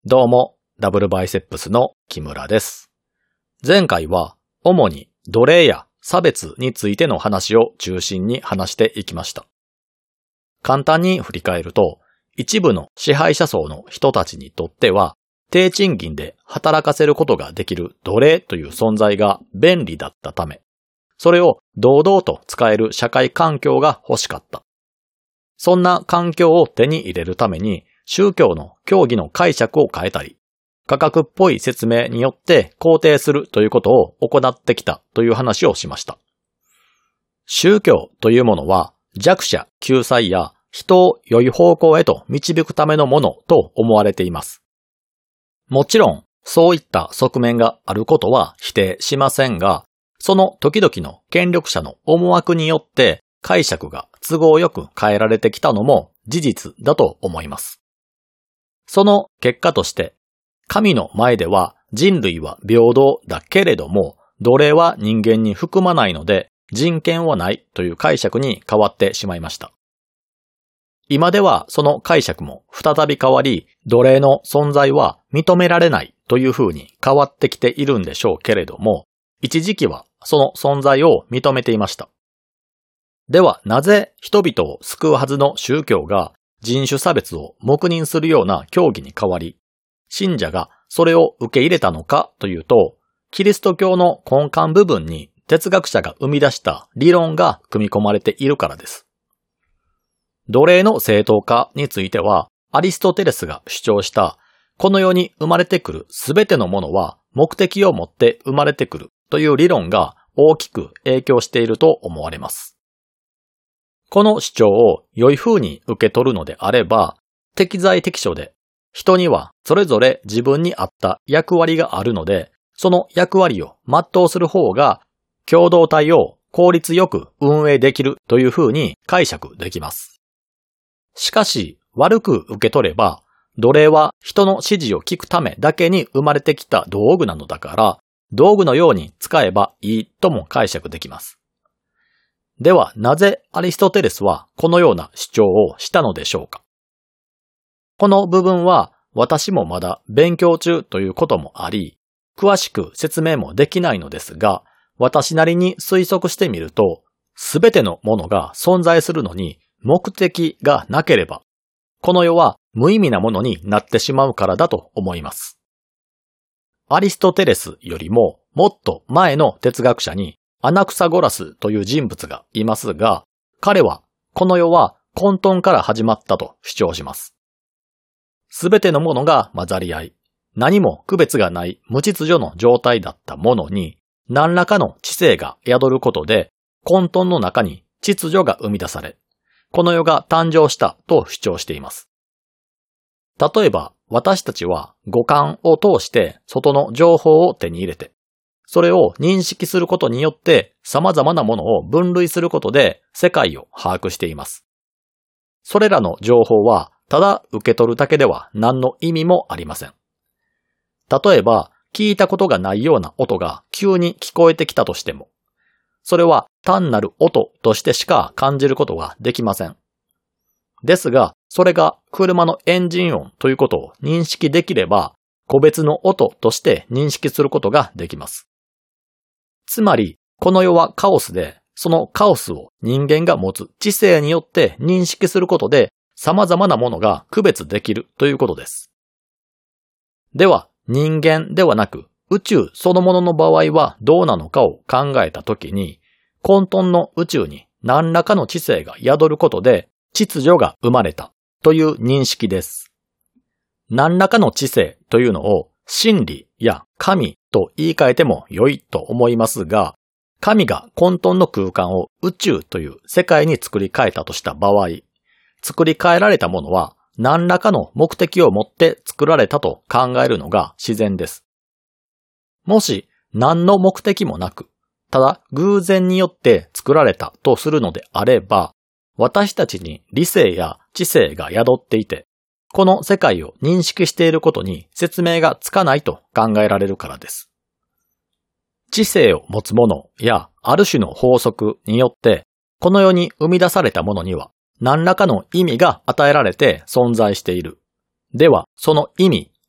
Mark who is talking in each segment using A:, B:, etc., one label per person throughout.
A: どうも、ダブルバイセップスの木村です。前回は主に奴隷や差別についての話を中心に話していきました。簡単に振り返ると、一部の支配者層の人たちにとっては、低賃金で働かせることができる奴隷という存在が便利だったため、それを堂々と使える社会環境が欲しかった。そんな環境を手に入れるために、宗教の教義の解釈を変えたり、科学っぽい説明によって肯定するということを行ってきたという話をしました。宗教というものは弱者救済や人を良い方向へと導くためのものと思われています。もちろんそういった側面があることは否定しませんが、その時々の権力者の思惑によって解釈が都合よく変えられてきたのも事実だと思います。その結果として、神の前では人類は平等だけれども、奴隷は人間に含まないので人権はないという解釈に変わってしまいました。今ではその解釈も再び変わり、奴隷の存在は認められないという風に変わってきているんでしょうけれども、一時期はその存在を認めていました。ではなぜ人々を救うはずの宗教が人種差別を黙認するような教義に変わり、信者がそれを受け入れたのかというと、キリスト教の根幹部分に哲学者が生み出した理論が組み込まれているからです。奴隷の正当化については、アリストテレスが主張した、この世に生まれてくるすべてのものは目的を持って生まれてくるという理論が大きく影響していると思われます。この主張を良い風に受け取るのであれば、適材適所で、人にはそれぞれ自分に合った役割があるので、その役割を全うする方が、共同体を効率よく運営できるという風に解釈できます。しかし、悪く受け取れば、奴隷は人の指示を聞くためだけに生まれてきた道具なのだから、道具のように使えばいいとも解釈できます。ではなぜアリストテレスはこのような主張をしたのでしょうか。この部分は私もまだ勉強中ということもあり、詳しく説明もできないのですが、私なりに推測してみると、すべてのものが存在するのに目的がなければ、この世は無意味なものになってしまうからだと思います。アリストテレスよりももっと前の哲学者にアナクサゴラスという人物がいますが、彼はこの世は混沌から始まったと主張します。すべてのものが混ざり合い、何も区別がない無秩序の状態だったものに、何らかの知性が宿ることで、混沌の中に秩序が生み出され、この世が誕生したと主張しています。例えば、私たちは五感を通して外の情報を手に入れて、それを認識することによって様々なものを分類することで世界を把握しています。それらの情報はただ受け取るだけでは何の意味もありません。例えば聞いたことがないような音が急に聞こえてきたとしても、それは単なる音としてしか感じることができません。ですが、それが車のエンジン音ということを認識できれば、個別の音として認識することができます。つまり、この世はカオスで、そのカオスを人間が持つ知性によって認識することで、様々なものが区別できるということです。では、人間ではなく、宇宙そのものの場合はどうなのかを考えたときに、混沌の宇宙に何らかの知性が宿ることで、秩序が生まれたという認識です。何らかの知性というのを真理や神と言い換えても良いと思いますが、神が混沌の空間を宇宙という世界に作り変えたとした場合、作り変えられたものは何らかの目的を持って作られたと考えるのが自然です。もし何の目的もなく、ただ偶然によって作られたとするのであれば、私たちに理性や知性が宿っていて、この世界を認識していることに説明がつかないと考えられるからです。知性を持つものやある種の法則によって、この世に生み出されたものには何らかの意味が与えられて存在している。では、その意味、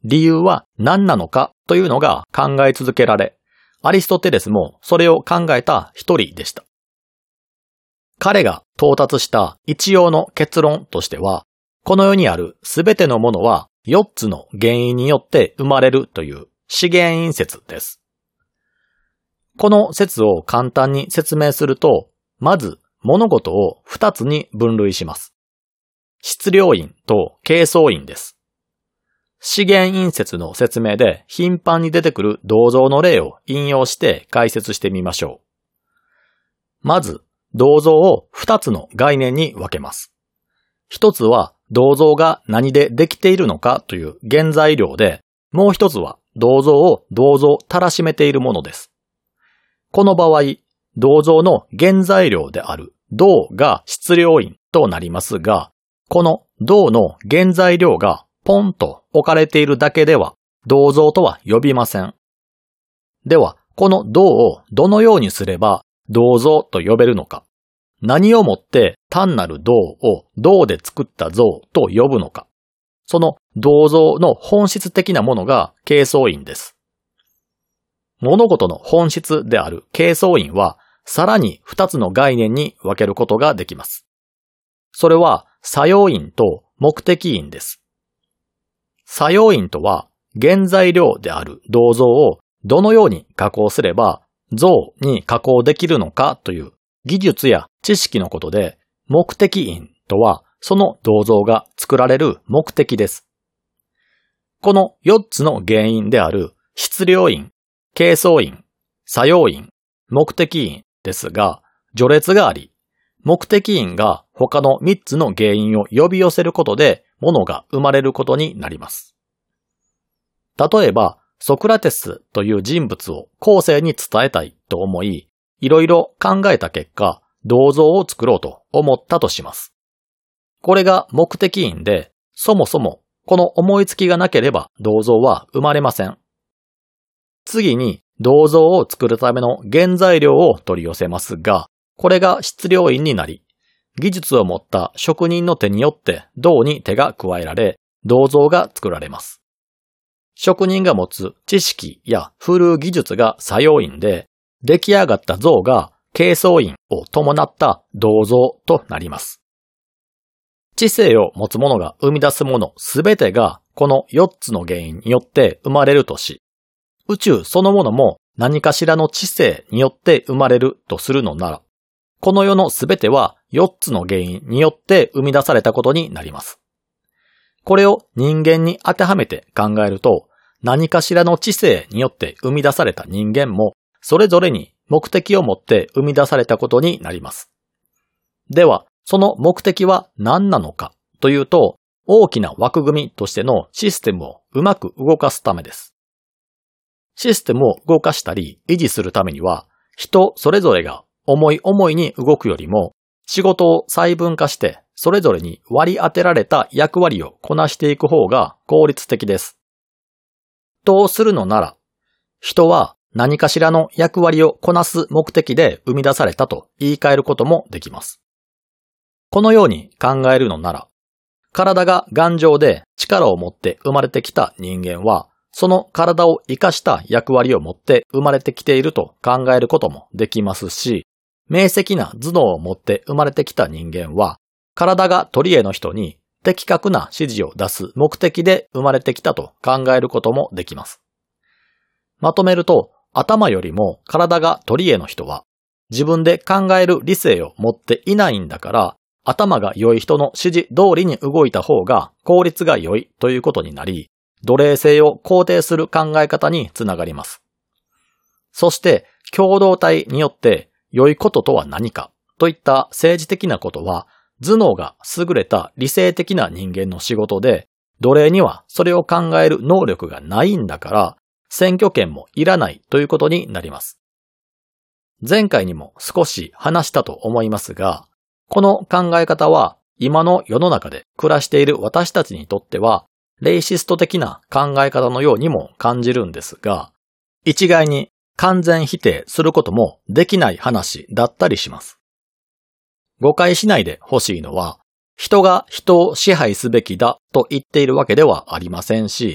A: 理由は何なのかというのが考え続けられ、アリストテレスもそれを考えた一人でした。彼が到達した一応の結論としては、この世にあるすべてのものは4つの原因によって生まれるという四原因説です。この説を簡単に説明すると、まず物事を2つに分類します。質量因と形相因です。四原因説の説明で頻繁に出てくる銅像の例を引用して解説してみましょう。まず、銅像を2つの概念に分けます。一つは銅像が何でできているのかという原材料で、もう一つは銅像を銅像たらしめているものです。この場合、銅像の原材料である銅が質量因となりますが、この銅の原材料がポンと置かれているだけでは銅像とは呼びません。では、この銅をどのようにすれば銅像と呼べるのか、何をもって単なる銅を銅で作った像と呼ぶのか、その銅像の本質的なものが形相因です。物事の本質である形相因は、さらに2つの概念に分けることができます。それは作用因と目的因です。作用因とは、原材料である銅像をどのように加工すれば像に加工できるのかという技術や知識のことで、目的因とはその銅像が作られる目的です。この4つの原因である質量因、形相因、作用因、目的因ですが、序列があり、目的因が他の3つの原因を呼び寄せることで物が生まれることになります。例えば、ソクラテスという人物を後世に伝えたいと思い、いろいろ考えた結果、銅像を作ろうと思ったとします。これが目的因で、そもそもこの思いつきがなければ銅像は生まれません。次に銅像を作るための原材料を取り寄せますが、これが質量因になり、技術を持った職人の手によって銅に手が加えられ、銅像が作られます。職人が持つ知識や風流技術が作用因で、出来上がった像が形相因を伴った銅像となります。知性を持つ者が生み出すものすべてがこの4つの原因によって生まれるとし、宇宙そのものも何かしらの知性によって生まれるとするのなら、この世のすべては4つの原因によって生み出されたことになります。これを人間に当てはめて考えると、何かしらの知性によって生み出された人間も、それぞれに目的を持って生み出されたことになります。では、その目的は何なのかというと、大きな枠組みとしてのシステムをうまく動かすためです。システムを動かしたり維持するためには、人それぞれが思い思いに動くよりも、仕事を細分化してそれぞれに割り当てられた役割をこなしていく方が効率的です。とするのなら、人は何かしらの役割をこなす目的で生み出されたと言い換えることもできます。このように考えるのなら、体が頑丈で力を持って生まれてきた人間は、その体を生かした役割を持って生まれてきていると考えることもできますし、明晰な頭脳を持って生まれてきた人間は、体が取り柄の人に的確な指示を出す目的で生まれてきたと考えることもできます。まとめると、頭よりも体が取り柄の人は、自分で考える理性を持っていないんだから、頭が良い人の指示通りに動いた方が効率が良いということになり、奴隷性を肯定する考え方につながります。そして、共同体によって良いこととは何かといった政治的なことは、頭脳が優れた理性的な人間の仕事で、奴隷にはそれを考える能力がないんだから、選挙権もいらないということになります。前回にも少し話したと思いますが、この考え方は今の世の中で暮らしている私たちにとっては、レイシスト的な考え方のようにも感じるんですが、一概に完全否定することもできない話だったりします。誤解しないでほしいのは、人が人を支配すべきだと言っているわけではありませんし、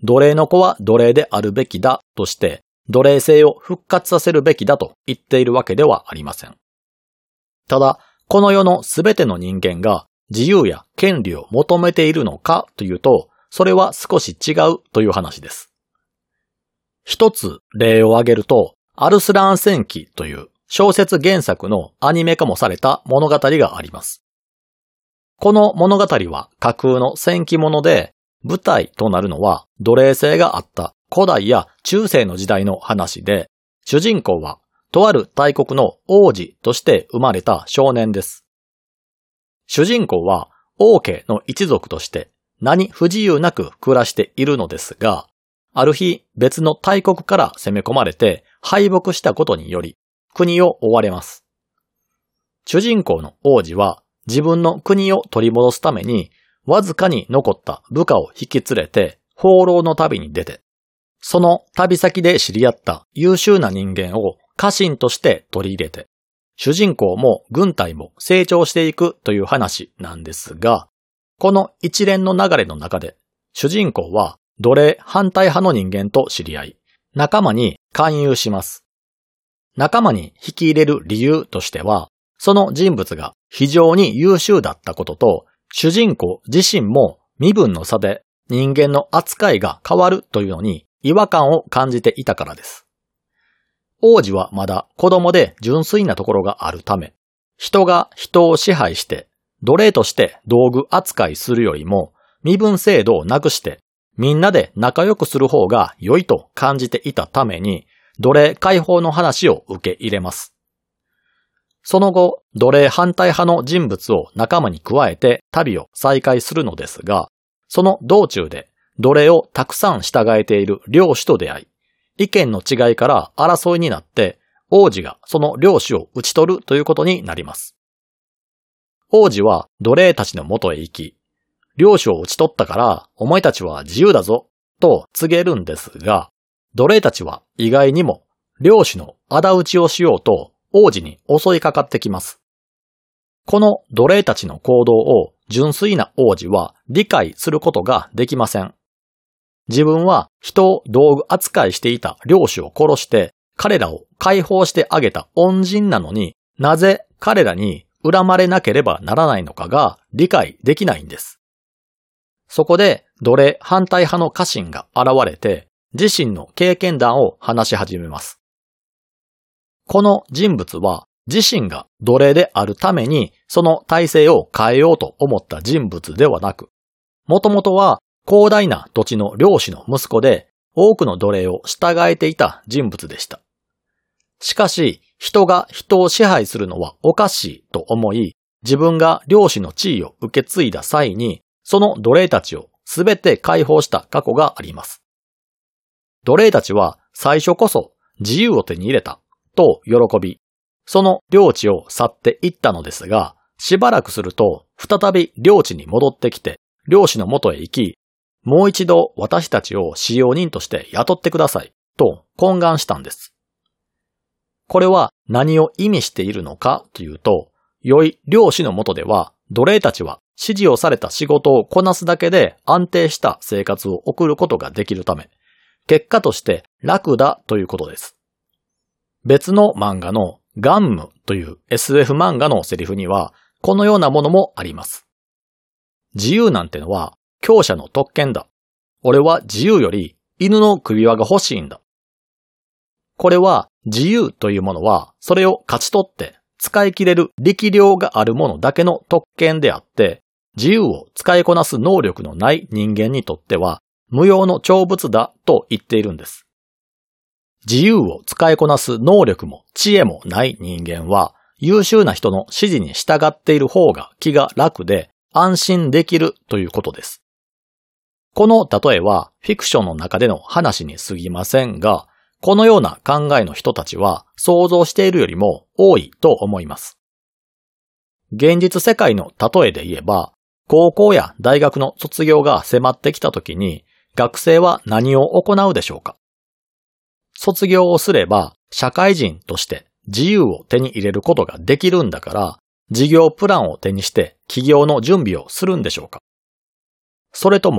A: 奴隷の子は奴隷であるべきだとして、奴隷制を復活させるべきだと言っているわけではありません。ただ、この世のすべての人間が自由や権利を求めているのかというと、それは少し違うという話です。一つ例を挙げると、アルスラン戦記という小説原作のアニメ化もされた物語があります。この物語は架空の戦記物で、舞台となるのは奴隷制があった古代や中世の時代の話で、主人公はとある大国の王子として生まれた少年です。主人公は王家の一族として何不自由なく暮らしているのですが、ある日別の大国から攻め込まれて敗北したことにより国を追われます。主人公の王子は自分の国を取り戻すためにわずかに残った部下を引き連れて放浪の旅に出て、その旅先で知り合った優秀な人間を家臣として取り入れて、主人公も軍隊も成長していくという話なんですが、この一連の流れの中で、主人公は奴隷反対派の人間と知り合い、仲間に勧誘します。仲間に引き入れる理由としては、その人物が非常に優秀だったことと、主人公自身も身分の差で人間の扱いが変わるというのに違和感を感じていたからです。王子はまだ子供で純粋なところがあるため、人が人を支配して奴隷として道具扱いするよりも身分制度をなくしてみんなで仲良くする方が良いと感じていたために奴隷解放の話を受け入れます。その後、奴隷反対派の人物を仲間に加えて旅を再開するのですが、その道中で奴隷をたくさん従えている領主と出会い、意見の違いから争いになって王子がその領主を討ち取るということになります。王子は奴隷たちの元へ行き、領主を討ち取ったからお前たちは自由だぞと告げるんですが、奴隷たちは意外にも領主の仇討ちをしようと王子に襲いかかってきます。この奴隷たちの行動を純粋な王子は理解することができません。自分は人を道具扱いしていた領主を殺して彼らを解放してあげた恩人なのになぜ彼らに恨まれなければならないのかが理解できないんです。そこで奴隷反対派の家臣が現れて自身の経験談を話し始めます。この人物は自身が奴隷であるためにその体制を変えようと思った人物ではなく、もともとは広大な土地の領主の息子で多くの奴隷を従えていた人物でした。しかし人が人を支配するのはおかしいと思い、自分が領主の地位を受け継いだ際にその奴隷たちをすべて解放した過去があります。奴隷たちは最初こそ自由を手に入れたと喜び、その領地を去っていったのですが、しばらくすると再び領地に戻ってきて領主の元へ行き、もう一度私たちを使用人として雇ってくださいと懇願したんです。これは何を意味しているのかというと、良い領主の下では奴隷たちは指示をされた仕事をこなすだけで安定した生活を送ることができるため、結果として楽だということです。別の漫画のガンムという SF 漫画のセリフにはこのようなものもあります。自由なんてのは強者の特権だ。俺は自由より犬の首輪が欲しいんだ。これは自由というものはそれを勝ち取って使い切れる力量があるものだけの特権であって、自由を使いこなす能力のない人間にとっては無用の長物だと言っているんです。自由を使いこなす能力も知恵もない人間は優秀な人の指示に従っている方が気が楽で安心できるということです。この例えはフィクションの中での話に過ぎませんが、このような考えの人たちは想像しているよりも多いと思います。現実世界の例えで言えば、高校や大学の卒業が迫ってきたときに、学生は何を行うでしょうか？卒業をすれば社会人として自由を手に入れることができるんだから、事業プランを手にして起業の準備をするんでしょうか？それとも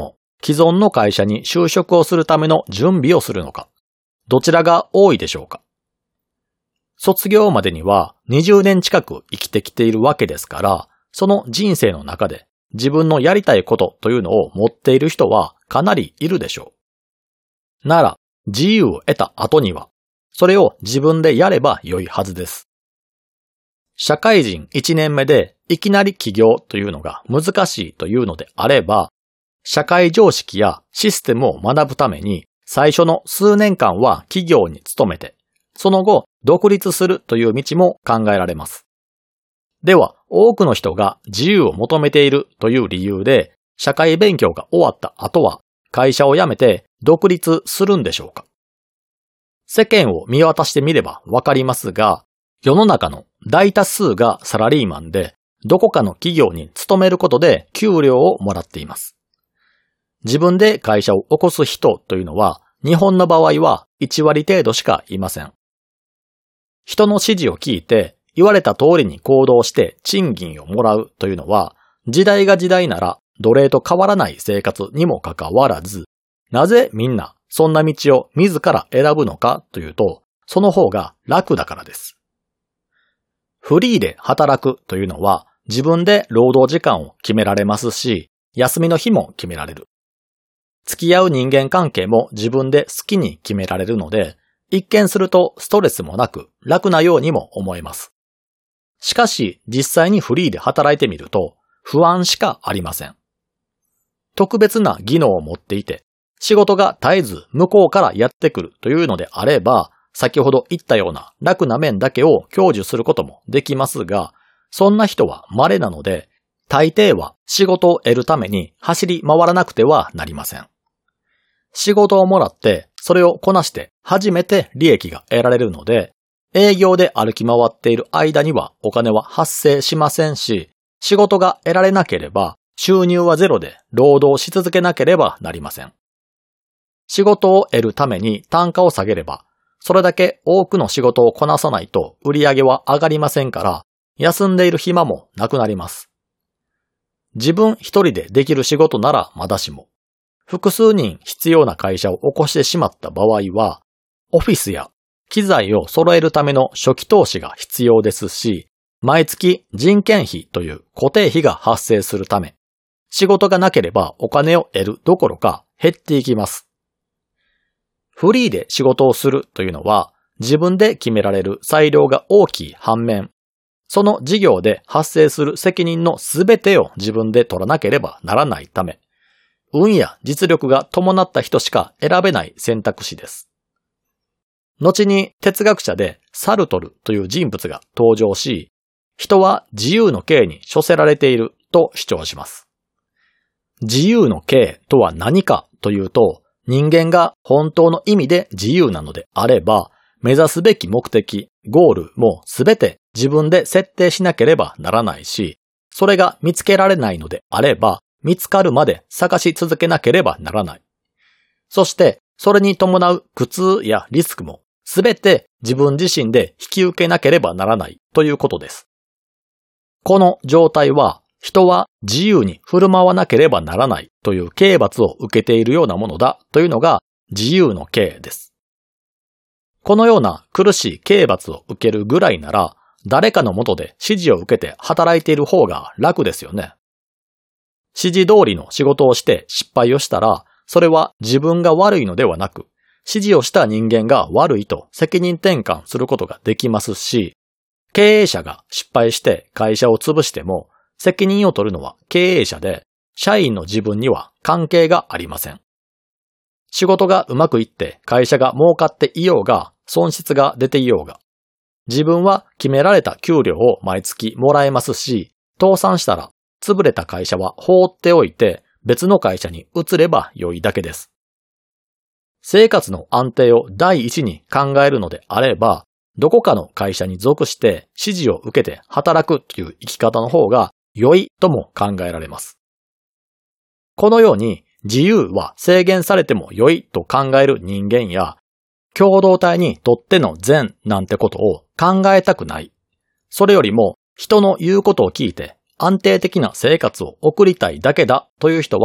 A: 既存の会社に就職をするための準備をするのか、どちらが多いでしょうか。卒業までには20年近く生きてきているわけですから、その人生の中で自分のやりたいことというのを持っている人はかなりいるでしょう。なら、自由を得た後には、それを自分でやれば良いはずです。社会人1年目でいきなり起業というのが難しいというのであれば、社会常識やシステムを学ぶために最初の数年間は企業に勤めて、その後独立するという道も考えられます。では、多くの人が自由を求めているという理由で、社会勉強が終わった後は会社を辞めて独立するんでしょうか。世間を見渡してみればわかりますが、世の中の大多数がサラリーマンで、どこかの企業に勤めることで給料をもらっています。自分で会社を起こす人というのは、日本の場合は1割程度しかいません。人の指示を聞いて、言われた通りに行動して賃金をもらうというのは、時代が時代なら奴隷と変わらない生活にもかかわらず、なぜみんなそんな道を自ら選ぶのかというと、その方が楽だからです。フリーで働くというのは自分で労働時間を決められますし、休みの日も決められる。付き合う人間関係も自分で好きに決められるので、一見するとストレスもなく楽なようにも思えます。しかし実際にフリーで働いてみると不安しかありません。特別な技能を持っていて、仕事が絶えず向こうからやってくるというのであれば、先ほど言ったような楽な面だけを享受することもできますが、そんな人は稀なので、大抵は仕事を得るために走り回らなくてはなりません。仕事をもらってそれをこなして初めて利益が得られるので、営業で歩き回っている間にはお金は発生しませんし、仕事が得られなければ収入はゼロで労働し続けなければなりません。仕事を得るために単価を下げれば、それだけ多くの仕事をこなさないと売り上げは上がりませんから、休んでいる暇もなくなります。自分一人でできる仕事ならまだしも、複数人必要な会社を起こしてしまった場合は、オフィスや機材を揃えるための初期投資が必要ですし、毎月人件費という固定費が発生するため、仕事がなければお金を得るどころか減っていきます。フリーで仕事をするというのは自分で決められる裁量が大きい反面、その事業で発生する責任のすべてを自分で取らなければならないため、運や実力が伴った人しか選べない選択肢です。後に哲学者でサルトルという人物が登場し、人は自由の刑に処せられていると主張します。自由の刑とは何かというと、人間が本当の意味で自由なのであれば、目指すべき目的、ゴールもすべて自分で設定しなければならないし、それが見つけられないのであれば、見つかるまで探し続けなければならない。そして、それに伴う苦痛やリスクもすべて自分自身で引き受けなければならないということです。この状態は、人は自由に振る舞わなければならないという刑罰を受けているようなものだというのが自由の刑です。このような苦しい刑罰を受けるぐらいなら、誰かの下で指示を受けて働いている方が楽ですよね。指示通りの仕事をして失敗をしたら、それは自分が悪いのではなく、指示をした人間が悪いと責任転換することができますし、経営者が失敗して会社を潰しても、責任を取るのは経営者で、社員の自分には関係がありません。仕事がうまくいって会社が儲かっていようが、損失が出ていようが、自分は決められた給料を毎月もらえますし、倒産したら潰れた会社は放っておいて別の会社に移れば良いだけです。生活の安定を第一に考えるのであれば、どこかの会社に属して指示を受けて働くという生き方の方が良いとも考えられます。このように自由は制限されても良いと考える人間や、共同体にとっての善なんてことを考えたくない。それよりも人の言うことを聞いて安定的な生活を送りたいだけだという人は、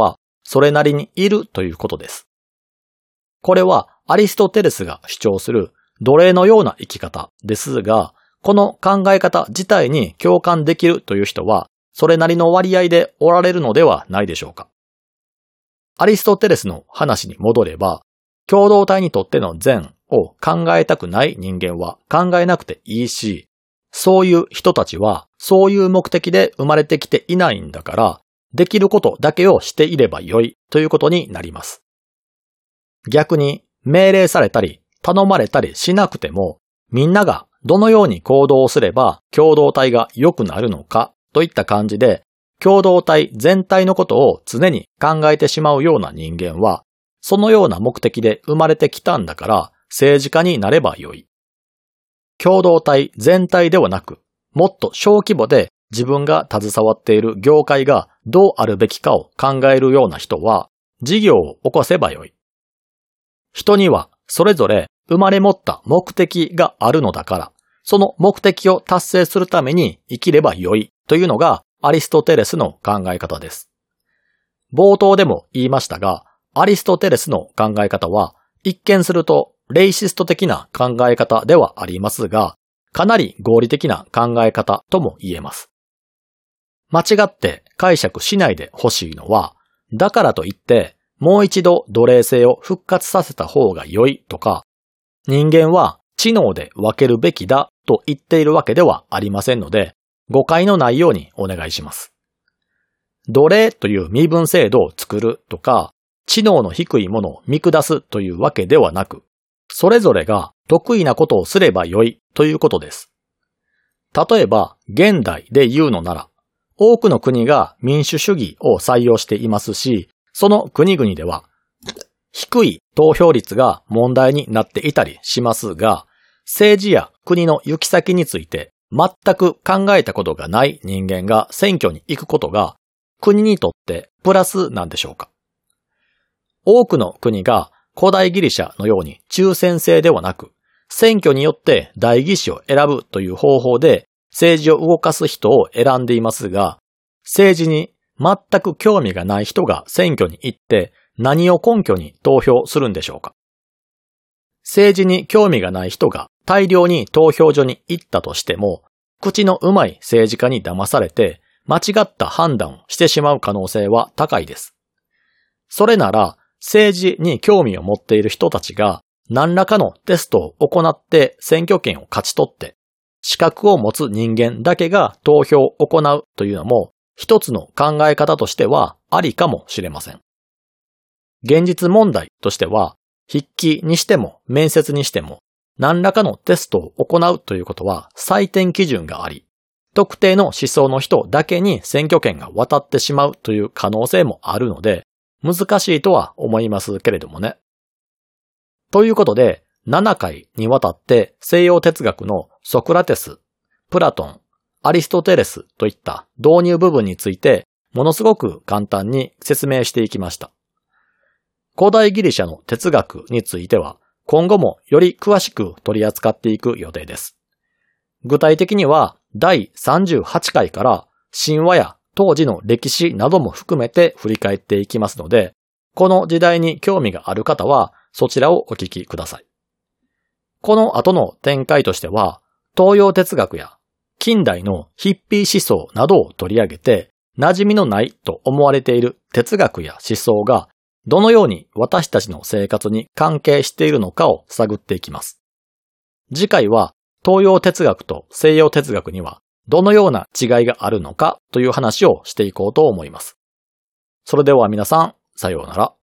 A: それなりにいるということです。これはアリストテレスが主張する奴隷のような生き方ですが、この考え方自体に共感できるという人は、それなりの割合でおられるのではないでしょうか。アリストテレスの話に戻れば、共同体にとっての善を考えたくない人間は考えなくていいし、そういう人たちはそういう目的で生まれてきていないんだから、できることだけをしていればよいということになります。逆に命令されたり頼まれたりしなくても、みんながどのように行動をすれば共同体が良くなるのかといった感じで、共同体全体のことを常に考えてしまうような人間は、そのような目的で生まれてきたんだから政治家になればよい。共同体全体ではなく、もっと小規模で自分が携わっている業界がどうあるべきかを考えるような人は、事業を起こせばよい。人にはそれぞれ生まれ持った目的があるのだから、その目的を達成するために生きればよいというのがアリストテレスの考え方です。冒頭でも言いましたが、アリストテレスの考え方は一見するとレイシスト的な考え方ではありますが、かなり合理的な考え方とも言えます。間違って解釈しないでほしいのは、だからといってもう一度奴隷制を復活させた方が良いとか、人間は知能で分けるべきだと言っているわけではありませんので、誤解のないようにお願いします。奴隷という身分制度を作るとか、知能の低いものを見下すというわけではなく、それぞれが得意なことをすればよいということです。例えば、現代で言うのなら、多くの国が民主主義を採用していますし、その国々では、低い投票率が問題になっていたりしますが、政治や国の行き先について全く考えたことがない人間が選挙に行くことが国にとってプラスなんでしょうか。多くの国が古代ギリシャのように抽選制ではなく、選挙によって代議士を選ぶという方法で政治を動かす人を選んでいますが、政治に全く興味がない人が選挙に行って何を根拠に投票するんでしょうか。政治に興味がない人が大量に投票所に行ったとしても、口のうまい政治家に騙されて間違った判断をしてしまう可能性は高いです。それなら政治に興味を持っている人たちが何らかのテストを行って選挙権を勝ち取って、資格を持つ人間だけが投票を行うというのも一つの考え方としてはありかもしれません。現実問題としては、筆記にしても面接にしても何らかのテストを行うということは採点基準があり、特定の思想の人だけに選挙権が渡ってしまうという可能性もあるので、難しいとは思いますけれどもね。ということで、7回にわたって西洋哲学のソクラテス、プラトン、アリストテレスといった導入部分についてものすごく簡単に説明していきました。古代ギリシャの哲学については今後もより詳しく取り扱っていく予定です。具体的には第38回から神話や当時の歴史なども含めて振り返っていきますので、この時代に興味がある方はそちらをお聞きください。この後の展開としては、東洋哲学や近代のヒッピー思想などを取り上げて、馴染みのないと思われている哲学や思想がどのように私たちの生活に関係しているのかを探っていきます。次回は東洋哲学と西洋哲学にはどのような違いがあるのかという話をしていこうと思います。それでは皆さん、さようなら。